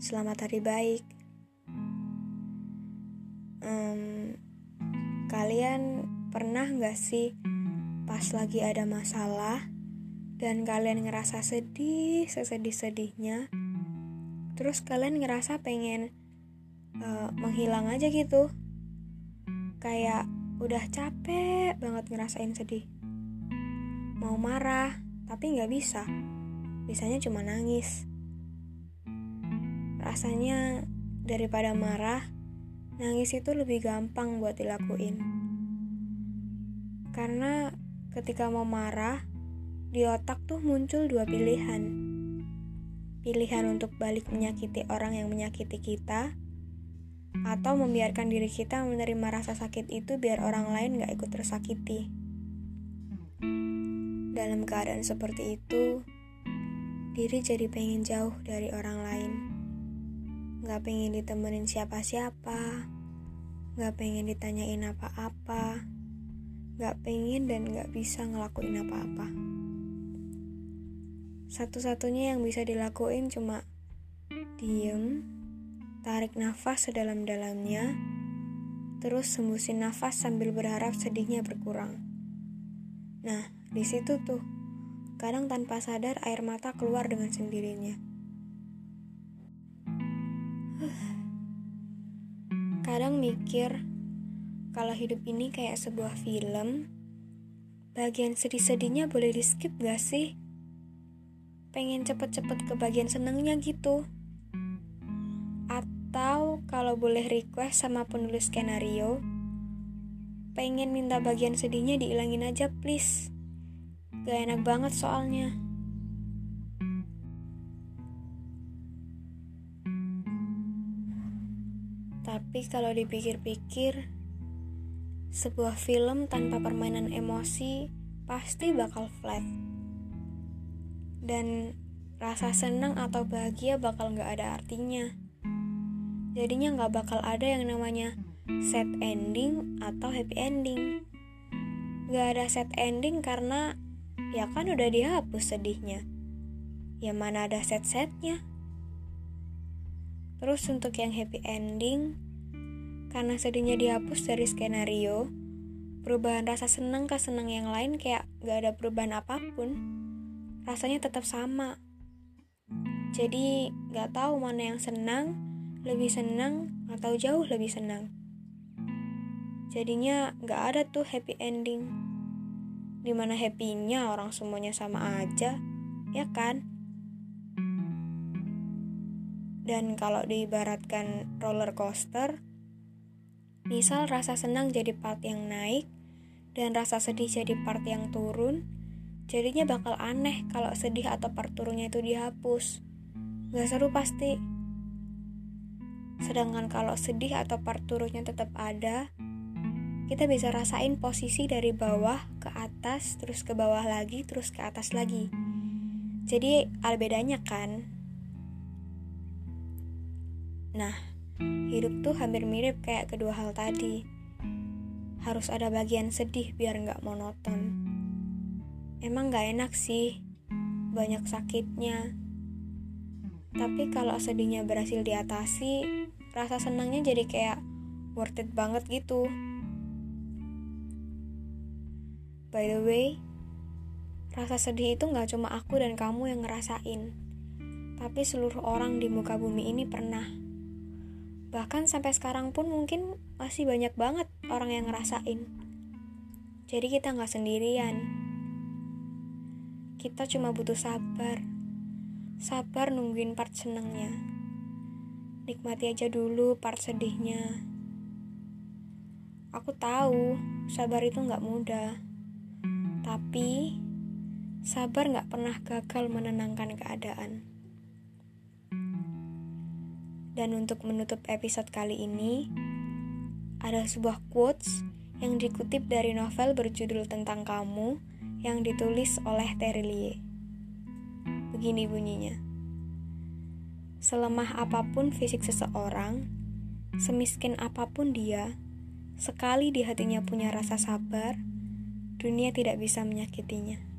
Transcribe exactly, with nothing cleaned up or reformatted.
Selamat hari baik. um, Kalian pernah gak sih pas lagi ada masalah dan kalian ngerasa sedih sesedih-sedihnya, terus kalian ngerasa pengen uh, menghilang aja gitu, kayak udah capek banget ngerasain sedih, mau marah tapi gak bisa, bisanya cuma nangis. Rasanya daripada marah, nangis itu lebih gampang buat dilakuin. Karena ketika mau marah, di otak tuh muncul dua pilihan. Pilihan untuk balik menyakiti orang yang menyakiti kita, atau membiarkan diri kita menerima rasa sakit itu biar orang lain gak ikut tersakiti. Dalam keadaan seperti itu, diri jadi pengen jauh dari orang lain. Gak pengen ditemenin siapa-siapa, gak pengen ditanyain apa-apa, gak pengen dan gak bisa ngelakuin apa-apa. Satu-satunya yang bisa dilakuin cuma diem, tarik nafas sedalam-dalamnya, terus hembusin nafas sambil berharap sedihnya berkurang. Nah, di situ tuh, kadang tanpa sadar air mata keluar dengan sendirinya. Kadang mikir, kalau hidup ini kayak sebuah film, bagian sedih-sedihnya boleh di skip gak sih? Pengen cepet-cepet ke bagian senengnya gitu. Atau kalau boleh request sama penulis skenario, pengen minta bagian sedihnya dihilangin aja please. Gak enak banget soalnya. Tapi kalau dipikir-pikir, sebuah film tanpa permainan emosi pasti bakal flat. Dan rasa senang atau bahagia bakal gak ada artinya. Jadinya gak bakal ada yang namanya sad ending atau happy ending. Gak ada sad ending karena ya kan udah dihapus sedihnya. Ya mana ada sad-sadnya. Terus untuk yang happy ending, karena sedihnya dihapus dari skenario, perubahan rasa senang ke senang yang lain kayak gak ada perubahan apapun. Rasanya tetap sama. Jadi gak tahu mana yang senang, lebih senang atau jauh lebih senang. Jadinya gak ada tuh happy ending. Dimana happy-nya orang semuanya sama aja, ya kan? Dan kalau diibaratkan roller coaster, misal rasa senang jadi part yang naik dan rasa sedih jadi part yang turun, jadinya bakal aneh kalau sedih atau part turunnya itu dihapus. Gak seru pasti. Sedangkan kalau sedih atau part turunnya tetap ada, kita bisa rasain posisi dari bawah ke atas, terus ke bawah lagi, terus ke atas lagi. Jadi ada bedanya kan? Nah, hidup tuh hampir mirip kayak kedua hal tadi. Harus ada bagian sedih biar gak monoton. Emang gak enak sih, banyak sakitnya. Tapi kalau sedihnya berhasil diatasi, rasa senangnya jadi kayak worth it banget gitu. By the way, rasa sedih itu gak cuma aku dan kamu yang ngerasain, tapi seluruh orang di muka bumi ini pernah. Bahkan sampai sekarang pun mungkin masih banyak banget orang yang ngerasain. Jadi kita gak sendirian. Kita cuma butuh sabar. Sabar nungguin part senengnya. Nikmati aja dulu part sedihnya. Aku tahu sabar itu gak mudah. Tapi sabar gak pernah gagal menenangkan keadaan. Dan untuk menutup episode kali ini, ada sebuah quotes yang dikutip dari novel berjudul Tentang Kamu yang ditulis oleh Terelie. Begini bunyinya. Selemah apapun fisik seseorang, semiskin apapun dia, sekali di hatinya punya rasa sabar, dunia tidak bisa menyakitinya.